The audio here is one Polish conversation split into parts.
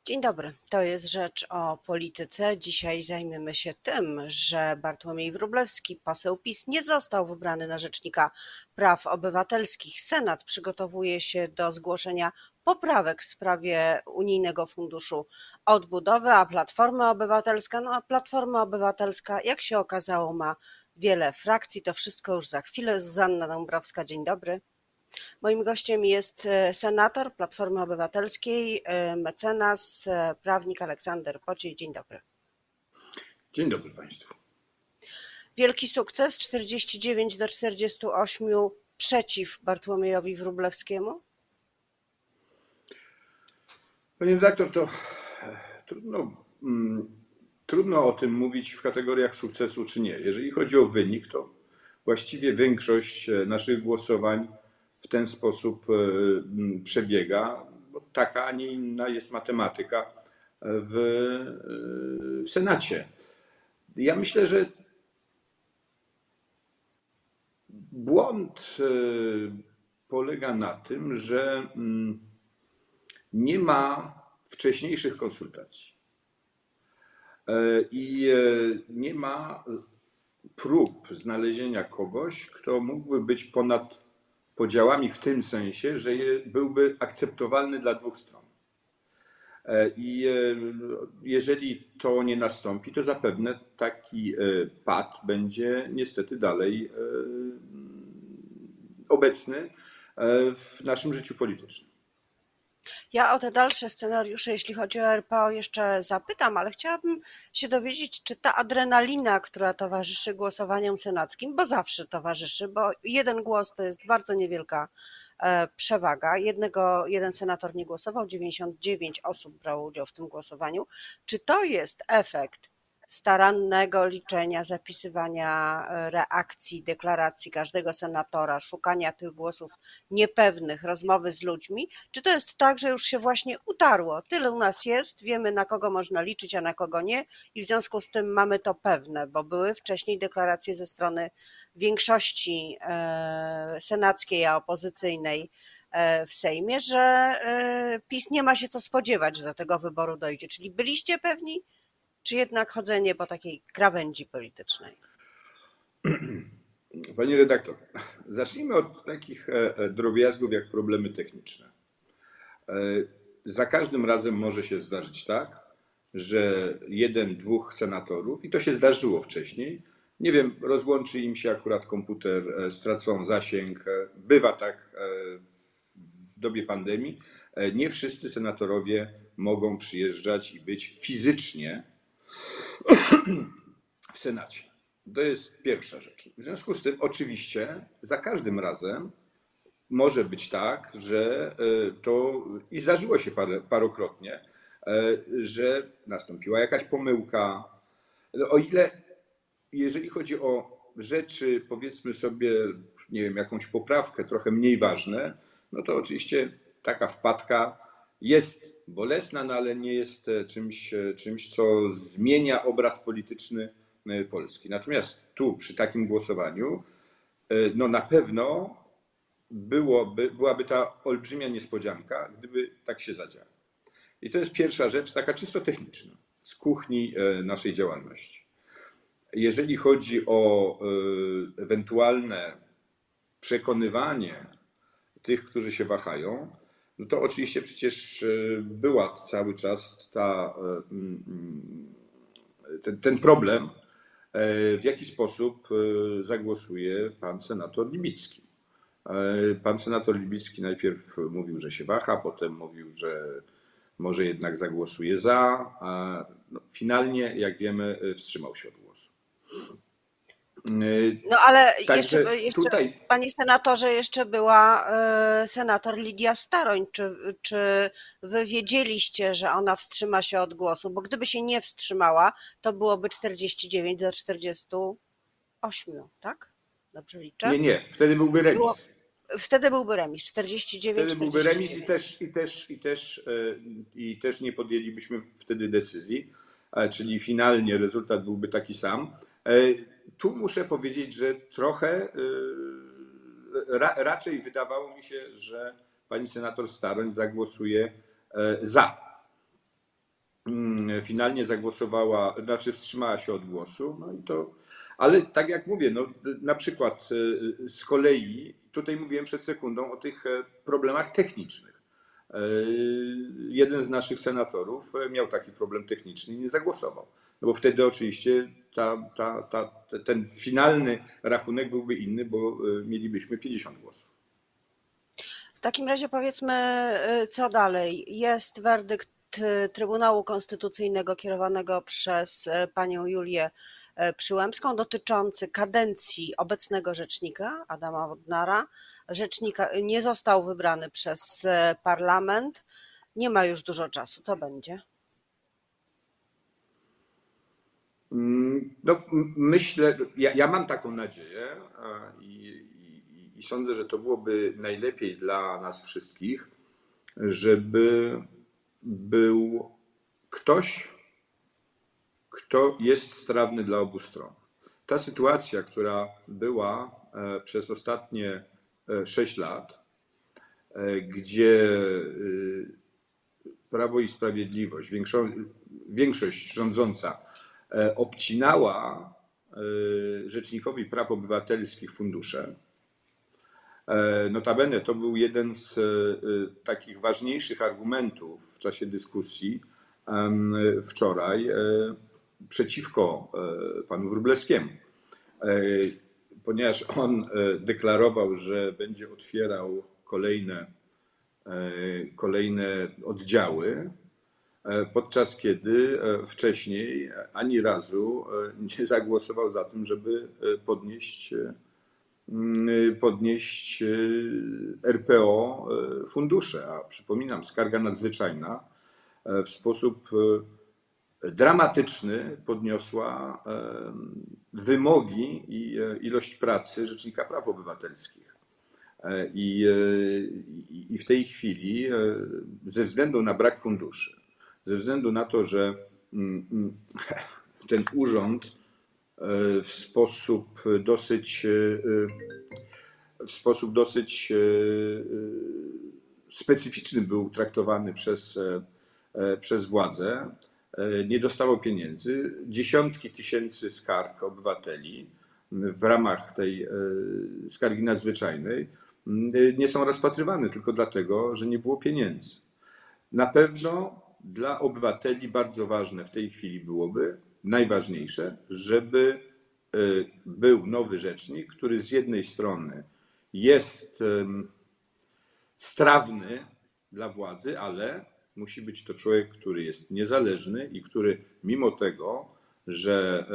Dzień dobry, to jest Rzecz o Polityce. Dzisiaj zajmiemy się tym, że Bartłomiej Wróblewski, poseł PiS, nie został wybrany na Rzecznika Praw Obywatelskich. Senat przygotowuje się do zgłoszenia poprawek w sprawie Unijnego Funduszu Odbudowy, a Platforma Obywatelska, jak się okazało, ma wiele frakcji. To wszystko już za chwilę. Zuzanna Dąbrowska, dzień dobry. Moim gościem jest senator Platformy Obywatelskiej, mecenas, prawnik Aleksander Pociej. Dzień dobry. Dzień dobry Państwu. Wielki sukces, 49-48 przeciw Bartłomiejowi Wróblewskiemu? Panie redaktor, to trudno o tym mówić w kategoriach sukcesu czy nie. Jeżeli chodzi o wynik, to właściwie większość naszych głosowań w ten sposób przebiega, bo taka, a nie inna jest matematyka w Senacie. Ja myślę, że błąd polega na tym, że nie ma wcześniejszych konsultacji i nie ma prób znalezienia kogoś, kto mógłby być ponad podziałami w tym sensie, że byłby akceptowalny dla dwóch stron. I jeżeli to nie nastąpi, to zapewne taki pad będzie niestety dalej obecny w naszym życiu politycznym. Ja o te dalsze scenariusze, jeśli chodzi o RPO, jeszcze zapytam, ale chciałabym się dowiedzieć, czy ta adrenalina, która towarzyszy głosowaniom senackim, bo zawsze towarzyszy, bo jeden głos to jest bardzo niewielka przewaga. Jeden senator nie głosował, 99 osób brało udział w tym głosowaniu. Czy to jest efekt starannego liczenia, zapisywania reakcji, deklaracji każdego senatora, szukania tych głosów niepewnych, rozmowy z ludźmi? Czy to jest tak, że już się właśnie utarło? Tyle u nas jest, wiemy, na kogo można liczyć, a na kogo nie, i w związku z tym mamy to pewne, bo były wcześniej deklaracje ze strony większości senackiej, a opozycyjnej w Sejmie, że PiS nie ma się co spodziewać, że do tego wyboru dojdzie. Czyli byliście pewni, czy jednak chodzenie po takiej krawędzi politycznej? Pani redaktor, zacznijmy od takich drobiazgów jak problemy techniczne. Za każdym razem może się zdarzyć tak, że jeden, dwóch senatorów, i to się zdarzyło wcześniej, nie wiem, rozłączy im się akurat komputer, stracą zasięg. Bywa tak w dobie pandemii. Nie wszyscy senatorowie mogą przyjeżdżać i być fizycznie w Senacie. To jest pierwsza rzecz. W związku z tym oczywiście za każdym razem może być tak, że to, i zdarzyło się parokrotnie, że nastąpiła jakaś pomyłka. O ile, jeżeli chodzi o rzeczy, powiedzmy sobie, nie wiem, jakąś poprawkę trochę mniej ważne, no to oczywiście taka wpadka jest bolesna, no ale nie jest czymś, co zmienia obraz polityczny Polski. Natomiast tu przy takim głosowaniu no na pewno byłaby ta olbrzymia niespodzianka, gdyby tak się zadziało. I to jest pierwsza rzecz, taka czysto techniczna, z kuchni naszej działalności. Jeżeli chodzi o ewentualne przekonywanie tych, którzy się wahają, no to oczywiście przecież była cały czas ten problem, w jaki sposób zagłosuje pan senator Libicki. Pan senator Libicki najpierw mówił, że się waha, potem mówił, że może jednak zagłosuje za, a finalnie, jak wiemy, wstrzymał się od głosu. No ale Także jeszcze tutaj... panie senatorze, jeszcze była senator Lidia Staroń. Czy wy wiedzieliście, że ona wstrzyma się od głosu? Bo gdyby się nie wstrzymała, to byłoby 49-48, tak? Dobrze liczę? Nie, wtedy byłby remis. Wtedy byłby remis, 49, Wtedy byłby remis 49. i też nie podjęlibyśmy wtedy decyzji, czyli finalnie rezultat byłby taki sam. Tu muszę powiedzieć, że trochę raczej wydawało mi się, że pani senator Staroń zagłosuje za. finalnie zagłosowała, znaczy wstrzymała się od głosu. No i to, ale tak jak mówię, no, na przykład z kolei, tutaj mówiłem przed sekundą o tych problemach technicznych. Jeden z naszych senatorów miał taki problem techniczny i nie zagłosował. No bo wtedy oczywiście ten finalny rachunek byłby inny, bo mielibyśmy 50 głosów. W takim razie powiedzmy, co dalej? Jest werdykt Trybunału Konstytucyjnego kierowanego przez panią Julię Przyłębską dotyczący kadencji obecnego rzecznika Adama Bodnara. Rzecznika nie został wybrany przez parlament. Nie ma już dużo czasu. Co będzie? No, myślę, ja mam taką nadzieję i sądzę, że to byłoby najlepiej dla nas wszystkich, żeby był ktoś, kto jest strawny dla obu stron. Ta sytuacja, która była przez ostatnie 6 lat, gdzie Prawo i Sprawiedliwość, większość rządząca obcinała Rzecznikowi Praw Obywatelskich fundusze. Notabene to był jeden z takich ważniejszych argumentów w czasie dyskusji wczoraj przeciwko panu Wróblewskiemu, ponieważ on deklarował, że będzie otwierał kolejne oddziały, podczas kiedy wcześniej ani razu nie zagłosował za tym, żeby podnieść RPO fundusze. A przypominam, skarga nadzwyczajna w sposób dramatyczny podniosła wymogi i ilość pracy Rzecznika Praw Obywatelskich. I w tej chwili ze względu na brak funduszy, ze względu na to, że ten urząd w sposób dosyć specyficzny był traktowany przez władzę, nie dostało pieniędzy. Dziesiątki tysięcy skarg obywateli w ramach tej skargi nadzwyczajnej nie są rozpatrywane tylko dlatego, że nie było pieniędzy. Na pewno dla obywateli bardzo ważne w tej chwili byłoby, najważniejsze, żeby był nowy rzecznik, który z jednej strony jest strawny dla władzy, ale musi być to człowiek, który jest niezależny i który mimo tego, że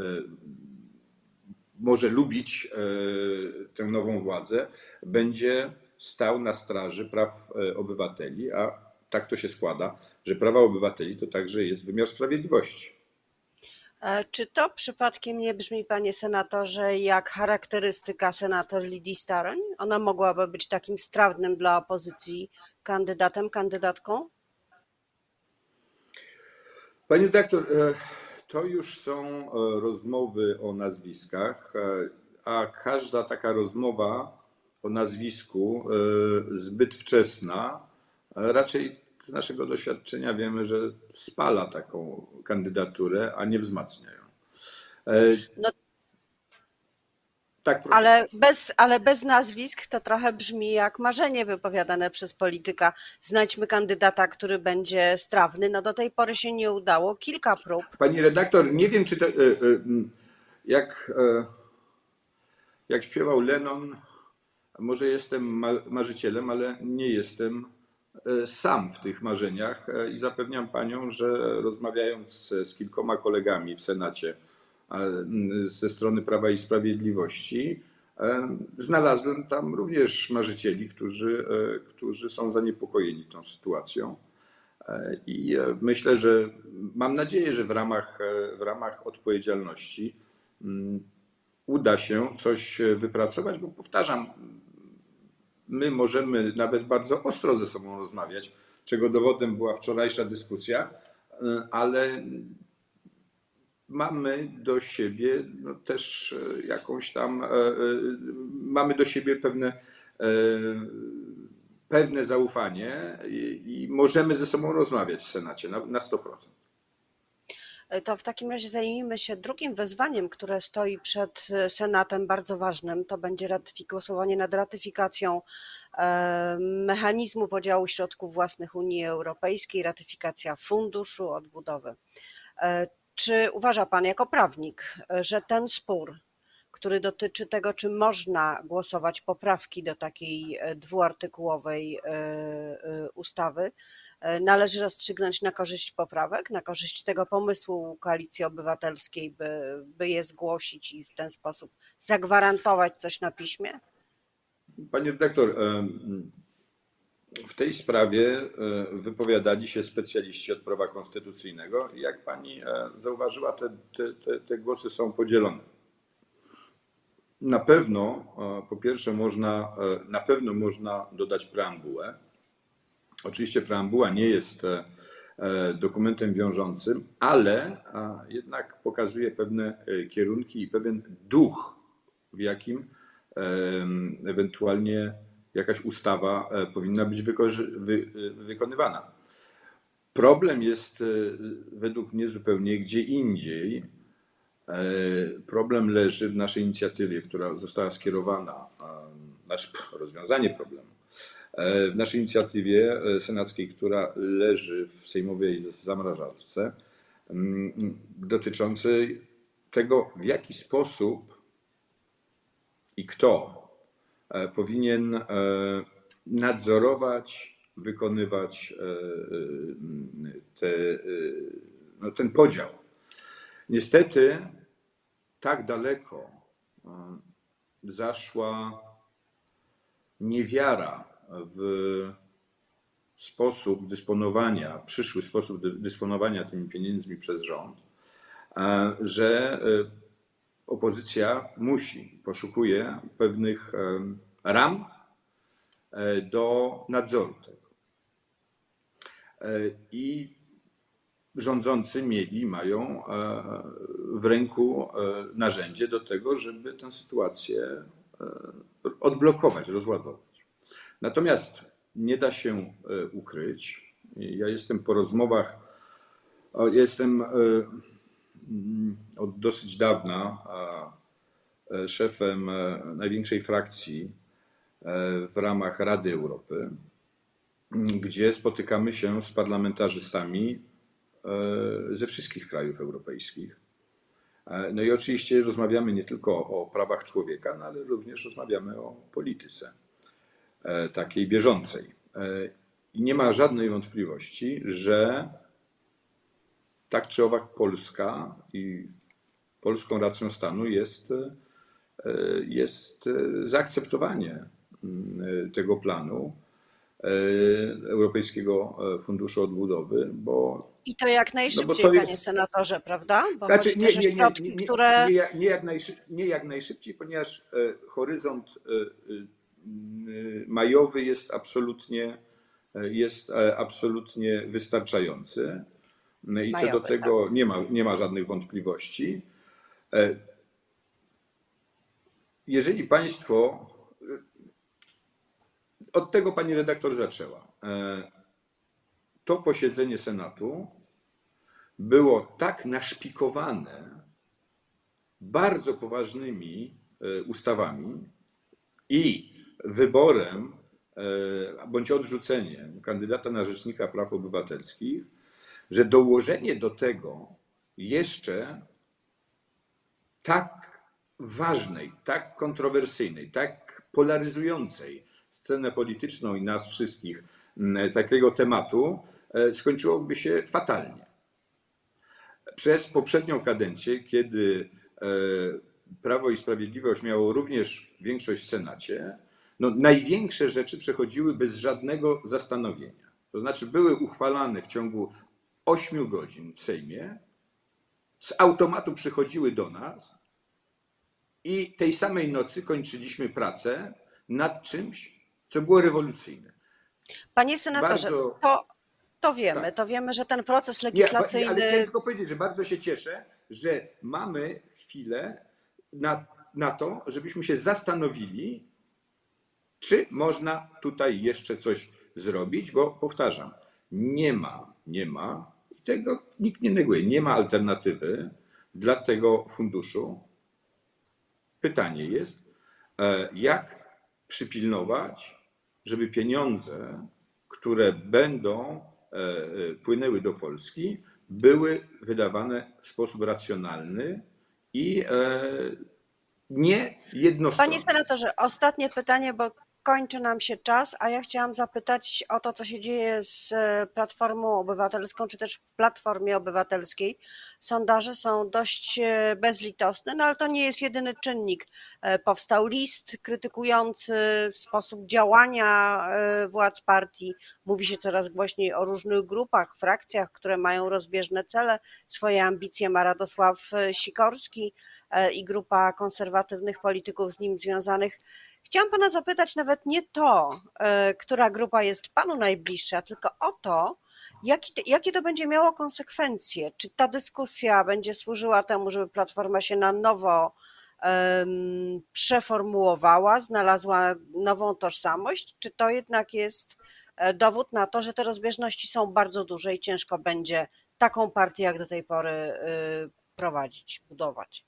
może lubić tę nową władzę, będzie stał na straży praw obywateli, a tak to się składa, że prawa obywateli to także jest wymiar sprawiedliwości. Czy to przypadkiem nie brzmi, panie senatorze, jak charakterystyka senator Lidii Staroń? Ona mogłaby być takim strawnym dla opozycji kandydatem, kandydatką? Pani redaktor, to już są rozmowy o nazwiskach, a każda taka rozmowa o nazwisku zbyt wczesna raczej z naszego doświadczenia wiemy, że spala taką kandydaturę, a nie wzmacnia ją. No, tak, ale bez nazwisk to trochę brzmi jak marzenie wypowiadane przez polityka. Znajdźmy kandydata, który będzie strawny. No do tej pory się nie udało. Kilka prób. Pani redaktor, nie wiem, czy to jak śpiewał Lennon, może jestem marzycielem, ale nie jestem sam w tych marzeniach i zapewniam panią, że rozmawiając z kilkoma kolegami w Senacie ze strony Prawa i Sprawiedliwości, znalazłem tam również marzycieli, którzy są zaniepokojeni tą sytuacją. I myślę, że mam nadzieję, że w ramach odpowiedzialności uda się coś wypracować, bo powtarzam, my możemy nawet bardzo ostro ze sobą rozmawiać, czego dowodem była wczorajsza dyskusja, ale mamy do siebie też jakąś tam, mamy do siebie pewne zaufanie i możemy ze sobą rozmawiać w Senacie na 100%. To w takim razie zajmijmy się drugim wyzwaniem, które stoi przed Senatem, bardzo ważnym. To będzie głosowanie nad ratyfikacją mechanizmu podziału środków własnych Unii Europejskiej, ratyfikacja Funduszu Odbudowy. Czy uważa Pan jako prawnik, że ten spór, który dotyczy tego, czy można głosować poprawki do takiej dwuartykułowej ustawy, należy rozstrzygnąć na korzyść poprawek, na korzyść tego pomysłu Koalicji Obywatelskiej, by je zgłosić i w ten sposób zagwarantować coś na piśmie? Pani redaktor, w tej sprawie wypowiadali się specjaliści od prawa konstytucyjnego i jak pani zauważyła, te głosy są podzielone. Na pewno, po pierwsze, na pewno można dodać preambułę. Oczywiście preambuła nie jest dokumentem wiążącym, ale jednak pokazuje pewne kierunki i pewien duch, w jakim ewentualnie jakaś ustawa powinna być wykonywana. Problem jest według mnie zupełnie gdzie indziej. Problem leży w naszej inicjatywie, która została skierowana, rozwiązanie problemu, w naszej inicjatywie senackiej, która leży w sejmowej zamrażarce, dotyczącej tego, w jaki sposób i kto powinien nadzorować, wykonywać ten podział. Niestety tak daleko zaszła niewiara w sposób dysponowania, przyszły sposób dysponowania tymi pieniędzmi przez rząd, że opozycja poszukuje pewnych ram do nadzoru tego. I rządzący mają w ręku narzędzie do tego, żeby tę sytuację odblokować, rozładować. Natomiast nie da się ukryć, ja jestem po rozmowach, jestem od dosyć dawna szefem największej frakcji w ramach Rady Europy, gdzie spotykamy się z parlamentarzystami ze wszystkich krajów europejskich. No i oczywiście rozmawiamy nie tylko o prawach człowieka, ale również rozmawiamy o polityce takiej bieżącej. I nie ma żadnej wątpliwości, że tak czy owak Polska i polską racją stanu jest zaakceptowanie tego planu Europejskiego Funduszu Odbudowy, bo... I to jak najszybciej, panie senatorze, prawda? Bo znaczy, chodzi też o środki, które... Nie jak najszybciej, ponieważ horyzont majowy jest absolutnie wystarczający i co do tego tak. nie ma żadnych wątpliwości. Jeżeli państwo... Od tego pani redaktor zaczęła. To posiedzenie Senatu było tak naszpikowane bardzo poważnymi ustawami i wyborem bądź odrzuceniem kandydata na rzecznika praw obywatelskich, że dołożenie do tego jeszcze tak ważnej, tak kontrowersyjnej, tak polaryzującej scenę polityczną i nas wszystkich takiego tematu skończyłoby się fatalnie. Przez poprzednią kadencję, kiedy Prawo i Sprawiedliwość miało również większość w Senacie, no największe rzeczy przechodziły bez żadnego zastanowienia. To znaczy były uchwalane w ciągu 8 godzin w Sejmie, z automatu przychodziły do nas i tej samej nocy kończyliśmy pracę nad czymś, co było rewolucyjne. Panie senatorze, to wiemy, tak. To wiemy, że ten proces legislacyjny... Ale chciałem tylko powiedzieć, że bardzo się cieszę, że mamy chwilę na to, żebyśmy się zastanowili, czy można tutaj jeszcze coś zrobić, bo powtarzam, nie ma, i tego nikt nie neguje. Nie ma alternatywy dla tego funduszu. Pytanie jest, jak przypilnować, żeby pieniądze, które będą płynęły do Polski, były wydawane w sposób racjonalny i nie Panie jednostronny. senatorze, ostatnie pytanie, bo kończy nam się czas, a ja chciałam zapytać o to, co się dzieje z Platformą Obywatelską, czy też w Platformie Obywatelskiej. Sondaże są dość bezlitosne, no ale to nie jest jedyny czynnik. Powstał list krytykujący sposób działania władz partii. Mówi się coraz głośniej o różnych grupach, frakcjach, które mają rozbieżne cele. Swoje ambicje ma Radosław Sikorski i grupa konserwatywnych polityków z nim związanych. Chciałam pana zapytać nawet nie to, która grupa jest panu najbliższa, tylko o to, jakie to będzie miało konsekwencje. Czy ta dyskusja będzie służyła temu, żeby Platforma się na nowo przeformułowała, znalazła nową tożsamość, czy to jednak jest dowód na to, że te rozbieżności są bardzo duże i ciężko będzie taką partię jak do tej pory prowadzić, budować?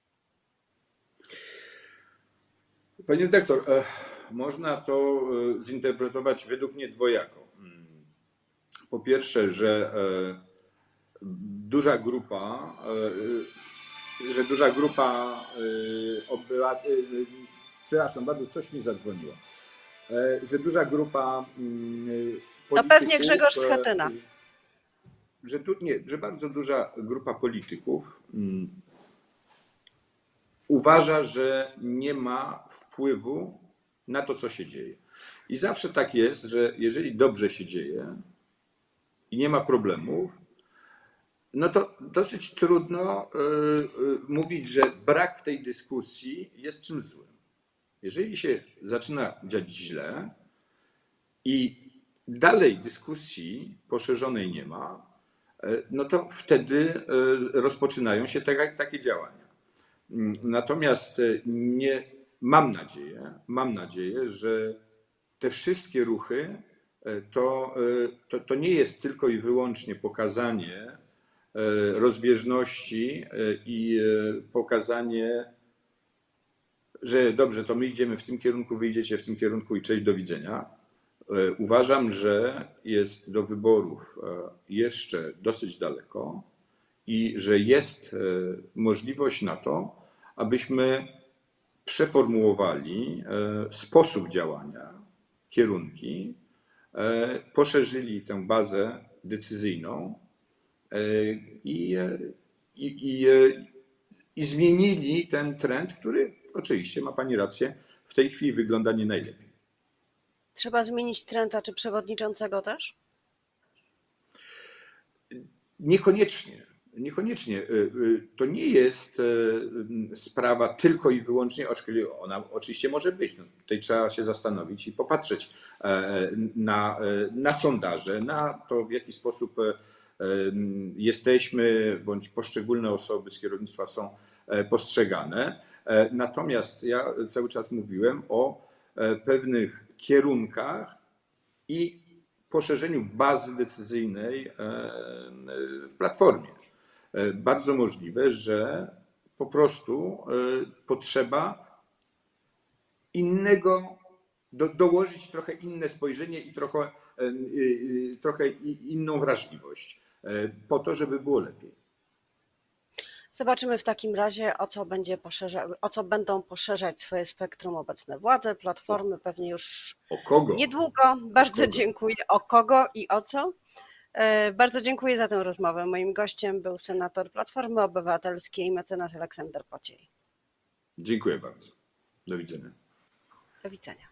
Pani redaktor, można to zinterpretować według mnie dwojako. Po pierwsze, że duża grupa obywateli, przepraszam bardzo, coś mi zadzwoniło, że duża grupa To pewnie Grzegorz Schetyna. Że bardzo duża grupa polityków uważa, że nie ma wpływu na to, co się dzieje. I zawsze tak jest, że jeżeli dobrze się dzieje i nie ma problemów, no to dosyć trudno mówić, że brak tej dyskusji jest czymś złym. Jeżeli się zaczyna dziać źle i dalej dyskusji poszerzonej nie ma, no to wtedy rozpoczynają się takie działania. Natomiast mam nadzieję, że te wszystkie ruchy to nie jest tylko i wyłącznie pokazanie rozbieżności i pokazanie, że dobrze, to my idziemy w tym kierunku, wy idziecie w tym kierunku i cześć, do widzenia. Uważam, że jest do wyborów jeszcze dosyć daleko i że jest możliwość na to, abyśmy przeformułowali sposób działania, kierunki, poszerzyli tę bazę decyzyjną i zmienili ten trend, który oczywiście, ma pani rację, w tej chwili wygląda nie najlepiej. Trzeba zmienić trend, a czy przewodniczącego też? Niekoniecznie. Niekoniecznie. To nie jest sprawa tylko i wyłącznie, aczkolwiek ona oczywiście może być. No, tutaj trzeba się zastanowić i popatrzeć na sondaże, na to, w jaki sposób jesteśmy, bądź poszczególne osoby z kierownictwa są postrzegane. Natomiast ja cały czas mówiłem o pewnych kierunkach i poszerzeniu bazy decyzyjnej w Platformie. Bardzo możliwe, że po prostu potrzeba innego, dołożyć trochę inne spojrzenie i trochę inną wrażliwość po to, żeby było lepiej. Zobaczymy w takim razie, o co będą poszerzać swoje spektrum obecne władze, Platformy, pewnie już niedługo. Bardzo dziękuję. O kogo i o co? Bardzo dziękuję za tę rozmowę. Moim gościem był senator Platformy Obywatelskiej, mecenas Aleksander Pociej. Dziękuję bardzo. Do widzenia. Do widzenia.